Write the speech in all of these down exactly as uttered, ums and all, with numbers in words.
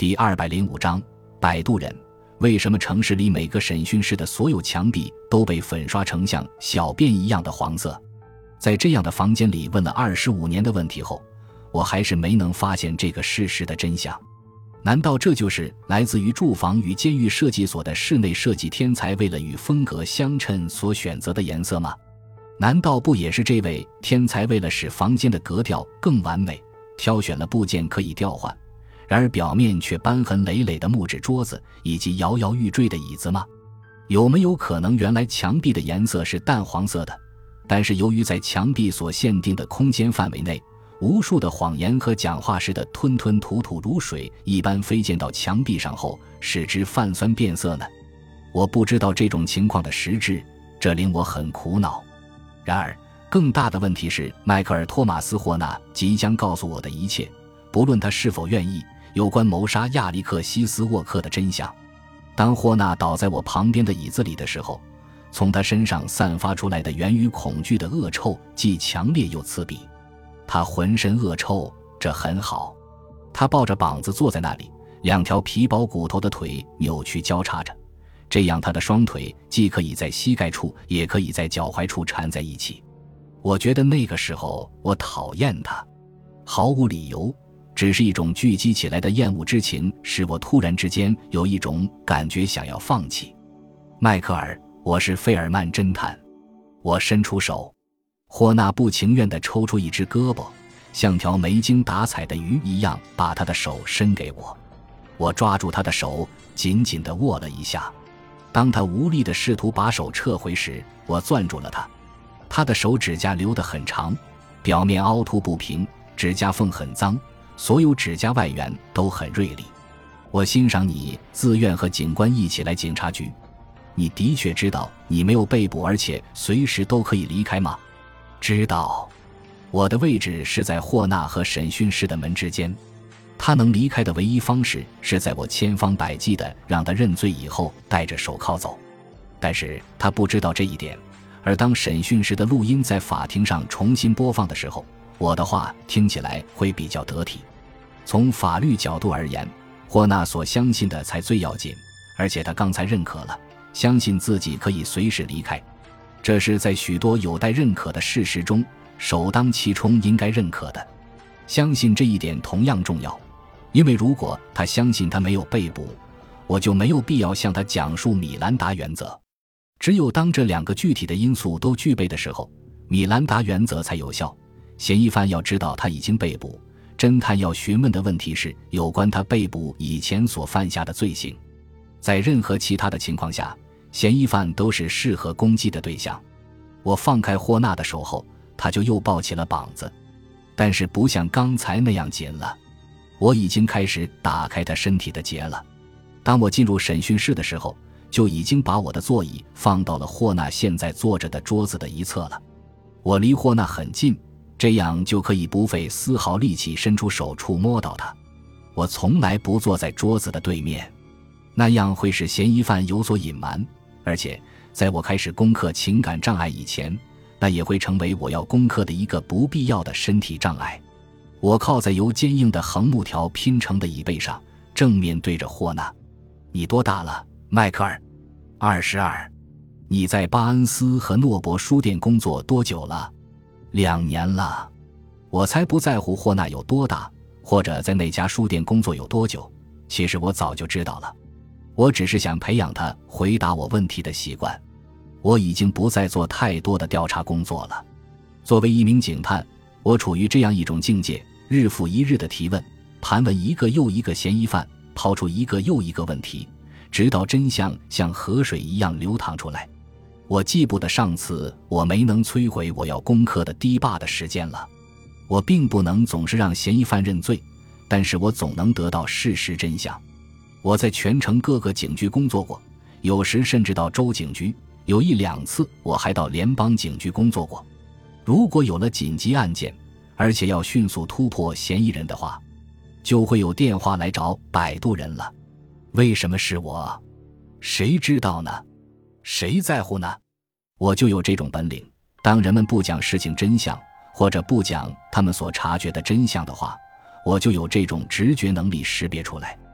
第二百零五章，摆渡人。为什么城市里每个审讯室的所有墙壁都被粉刷成像小便一样的黄色？在这样的房间里问了二十五年的问题后，我还是没能发现这个事实的真相。难道这就是来自于住房与监狱设计所的室内设计天才为了与风格相称所选择的颜色吗？难道不也是这位天才为了使房间的格调更完美，挑选了部件可以调换，然而表面却斑痕累累的木质桌子以及摇摇欲坠的椅子吗？有没有可能原来墙壁的颜色是淡黄色的，但是由于在墙壁所限定的空间范围内，无数的谎言和讲话时的吞吞吐吐如水一般飞溅到墙壁上后，使之泛酸变色呢？我不知道这种情况的实质，这令我很苦恼。然而更大的问题是，迈克尔·托马斯·霍纳即将告诉我的一切，不论他是否愿意，有关谋杀亚历克西斯·沃克的真相。当霍纳倒在我旁边的椅子里的时候，从他身上散发出来的源于恐惧的恶臭既强烈又刺鼻。他浑身恶臭，这很好。他抱着膀子坐在那里，两条皮包骨头的腿扭曲交叉着，这样他的双腿既可以在膝盖处也可以在脚踝处缠在一起。我觉得那个时候我讨厌他，毫无理由，只是一种聚集起来的厌恶之情使我突然之间有一种感觉想要放弃。迈克尔，我是费尔曼侦探。我伸出手，霍纳不情愿地抽出一只胳膊，像条没精打采的鱼一样把他的手伸给我。我抓住他的手，紧紧地握了一下。当他无力地试图把手撤回时，我攥住了他。他的手指甲留得很长，表面凹凸不平，指甲缝很脏，所有指甲外缘都很锐利。我欣赏你自愿和警官一起来警察局。你的确知道你没有被捕，而且随时都可以离开吗？知道。我的位置是在霍纳和审讯室的门之间，他能离开的唯一方式是在我千方百计地让他认罪以后戴着手铐走。但是他不知道这一点，而当审讯时的录音在法庭上重新播放的时候，我的话听起来会比较得体。从法律角度而言，霍纳所相信的才最要紧，而且他刚才认可了，相信自己可以随时离开。这是在许多有待认可的事实中首当其冲应该认可的。相信这一点同样重要，因为如果他相信他没有被捕，我就没有必要向他讲述米兰达原则。只有当这两个具体的因素都具备的时候，米兰达原则才有效。嫌疑犯要知道他已经被捕，侦探要询问的问题是有关他被捕以前所犯下的罪行。在任何其他的情况下，嫌疑犯都是适合攻击的对象。我放开霍纳的手后，他就又抱起了膀子，但是不像刚才那样紧了。我已经开始打开他身体的结了。当我进入审讯室的时候，就已经把我的座椅放到了霍纳现在坐着的桌子的一侧了。我离霍纳很近，这样就可以不费丝毫力气伸出手触摸到他。我从来不坐在桌子的对面，那样会使嫌疑犯有所隐瞒，而且在我开始攻克情感障碍以前，那也会成为我要攻克的一个不必要的身体障碍。我靠在由坚硬的横木条拼成的椅背上，正面对着霍纳。你多大了，迈克尔？二十二。你在巴恩斯和诺伯书店工作多久了？两年了。我才不在乎霍纳有多大，或者在那家书店工作有多久，其实我早就知道了。我只是想培养他回答我问题的习惯。我已经不再做太多的调查工作了。作为一名警探，我处于这样一种境界，日复一日的提问，盘问一个又一个嫌疑犯，抛出一个又一个问题，直到真相像河水一样流淌出来。我记不得上次我没能摧毁我要攻克的堤坝的时间了。我并不能总是让嫌疑犯认罪，但是我总能得到事实真相。我在全城各个警局工作过，有时甚至到州警局，有一两次我还到联邦警局工作过。如果有了紧急案件，而且要迅速突破嫌疑人的话，就会有电话来找摆渡人了。为什么是我？谁知道呢？谁在乎呢？我就有这种本领，当人们不讲事情真相，或者不讲他们所察觉的真相的话，我就有这种直觉能力识别出来。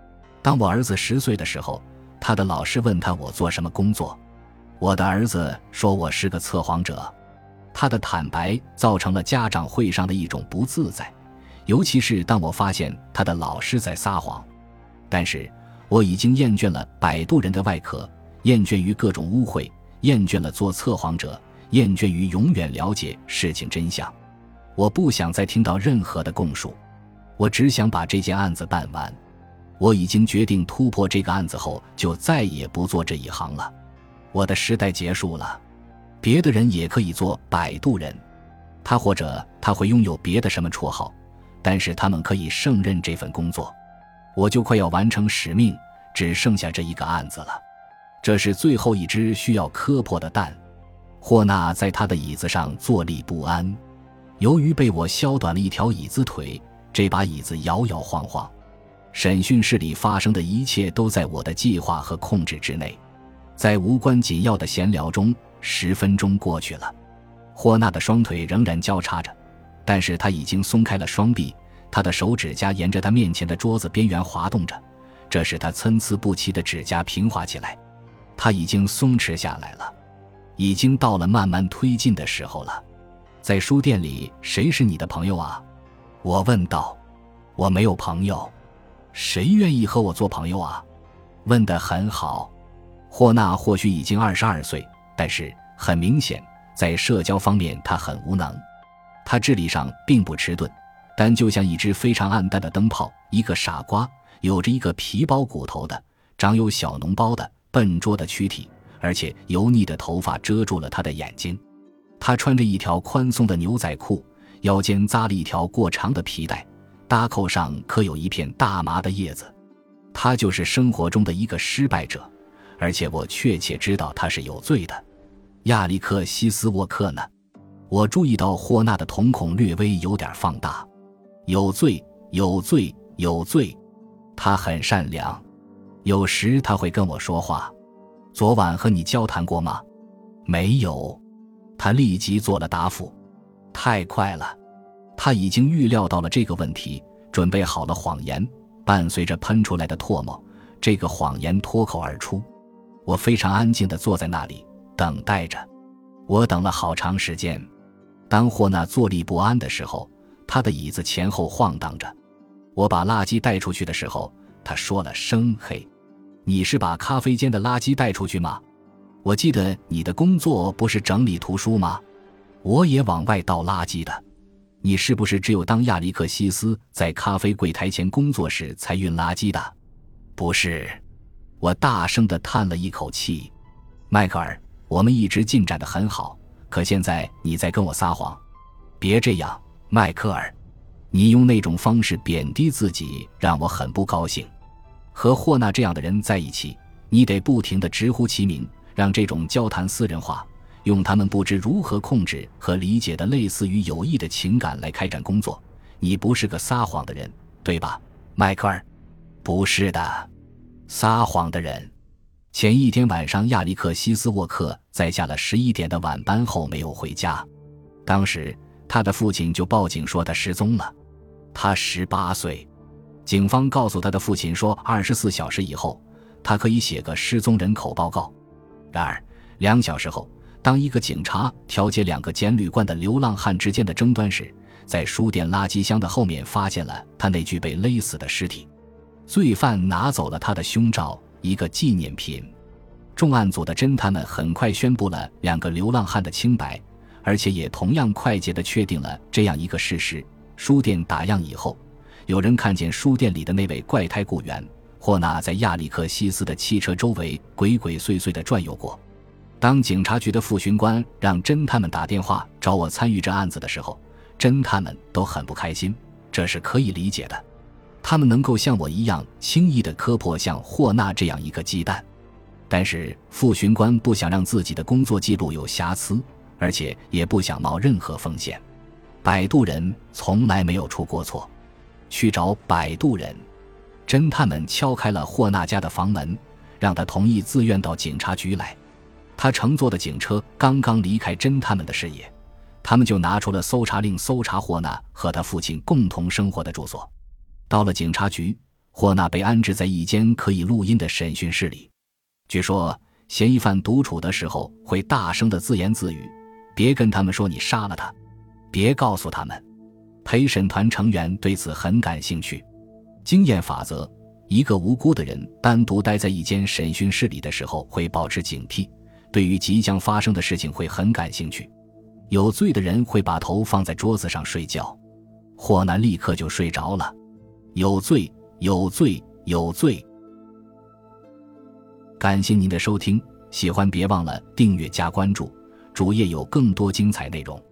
当我儿子十岁的时候，他的老师问他我做什么工作，我的儿子说我是个测谎者。他的坦白造成了家长会上的一种不自在，尤其是当我发现他的老师在撒谎。但是我已经厌倦了摆渡人的外壳，厌倦于各种污秽，厌倦了做测谎者，厌倦于永远了解事情真相。我不想再听到任何的供述，我只想把这件案子办完。我已经决定突破这个案子后就再也不做这一行了。我的时代结束了，别的人也可以做摆渡人，他或者他会拥有别的什么绰号，但是他们可以胜任这份工作。我就快要完成使命，只剩下这一个案子了。这是最后一只需要磕破的蛋。霍纳在他的椅子上坐立不安，由于被我削短了一条椅子腿，这把椅子摇摇晃晃。审讯室里发生的一切都在我的计划和控制之内。在无关紧要的闲聊中，十分钟过去了。霍纳的双腿仍然交叉着，但是他已经松开了双臂，他的手指甲沿着他面前的桌子边缘滑动着，这使他参差不齐的指甲平滑起来。他已经松弛下来了，已经到了慢慢推进的时候了。在书店里，谁是你的朋友啊？我问道。我没有朋友。谁愿意和我做朋友啊？问得很好。霍纳或许已经二十二岁，但是很明显，在社交方面他很无能。他智力上并不迟钝，但就像一只非常暗淡的灯泡，一个傻瓜，有着一个皮包骨头的、长有小脓包的、笨拙的躯体，而且油腻的头发遮住了他的眼睛。他穿着一条宽松的牛仔裤，腰间扎了一条过长的皮带，搭扣上刻有一片大麻的叶子。他就是生活中的一个失败者，而且我确切知道他是有罪的。亚历克西斯沃克呢？我注意到霍纳的瞳孔略微有点放大。有罪，有罪，有罪。他很善良，有时他会跟我说话。昨晚和你交谈过吗？没有。他立即做了答复。太快了。他已经预料到了这个问题，准备好了谎言，伴随着喷出来的唾沫，这个谎言脱口而出。我非常安静地坐在那里，等待着。我等了好长时间。当霍纳坐立不安的时候，他的椅子前后晃荡着。我把垃圾带出去的时候，他说了声嘿。你是把咖啡间的垃圾带出去吗？我记得你的工作不是整理图书吗？我也往外倒垃圾的。你是不是只有当亚历克西斯在咖啡柜台前工作时才运垃圾的？不是。我大声地叹了一口气。迈克尔，我们一直进展得很好，可现在你在跟我撒谎。别这样，迈克尔，你用那种方式贬低自己，让我很不高兴。和霍纳这样的人在一起，你得不停地直呼其名，让这种交谈私人化，用他们不知如何控制和理解的类似于有益的情感来开展工作。你不是个撒谎的人，对吧，迈克尔？不是的。撒谎的人。前一天晚上，亚历克西斯沃克在下了十一点的晚班后没有回家。当时他的父亲就报警说他失踪了。他十八岁。警方告诉他的父亲说，二十四小时以后他可以写个失踪人口报告。然而两小时后，当一个警察调解两个捡旅馆的流浪汉之间的争端时，在书店垃圾箱的后面发现了他那具被勒死的尸体。罪犯拿走了他的胸罩，一个纪念品。重案组的侦探们很快宣布了两个流浪汉的清白，而且也同样快捷地确定了这样一个事实：书店打烊以后，有人看见书店里的那位怪胎雇员霍纳在亚历克西斯的汽车周围鬼鬼祟祟地转悠过。当警察局的副巡官让侦探们打电话找我参与这案子的时候，侦探们都很不开心，这是可以理解的。他们能够像我一样轻易地磕破像霍纳这样一个鸡蛋，但是副巡官不想让自己的工作记录有瑕疵，而且也不想冒任何风险。摆渡人从来没有出过错。去找摆渡人。侦探们敲开了霍纳家的房门，让他同意自愿到警察局来。他乘坐的警车刚刚离开侦探们的视野，他们就拿出了搜查令，搜查霍纳和他父亲共同生活的住所。到了警察局， 霍纳被安置在一间可以录音的审讯室里。据说嫌疑犯独处的时候会大声地自言自语，别跟他们说你杀了他，别告诉他们。陪审团成员对此很感兴趣。经验法则，一个无辜的人单独待在一间审讯室里的时候会保持警惕，对于即将发生的事情会很感兴趣。有罪的人会把头放在桌子上睡觉，霍南立刻就睡着了。有罪，有罪，有罪。感谢您的收听，喜欢别忘了订阅加关注，主页有更多精彩内容。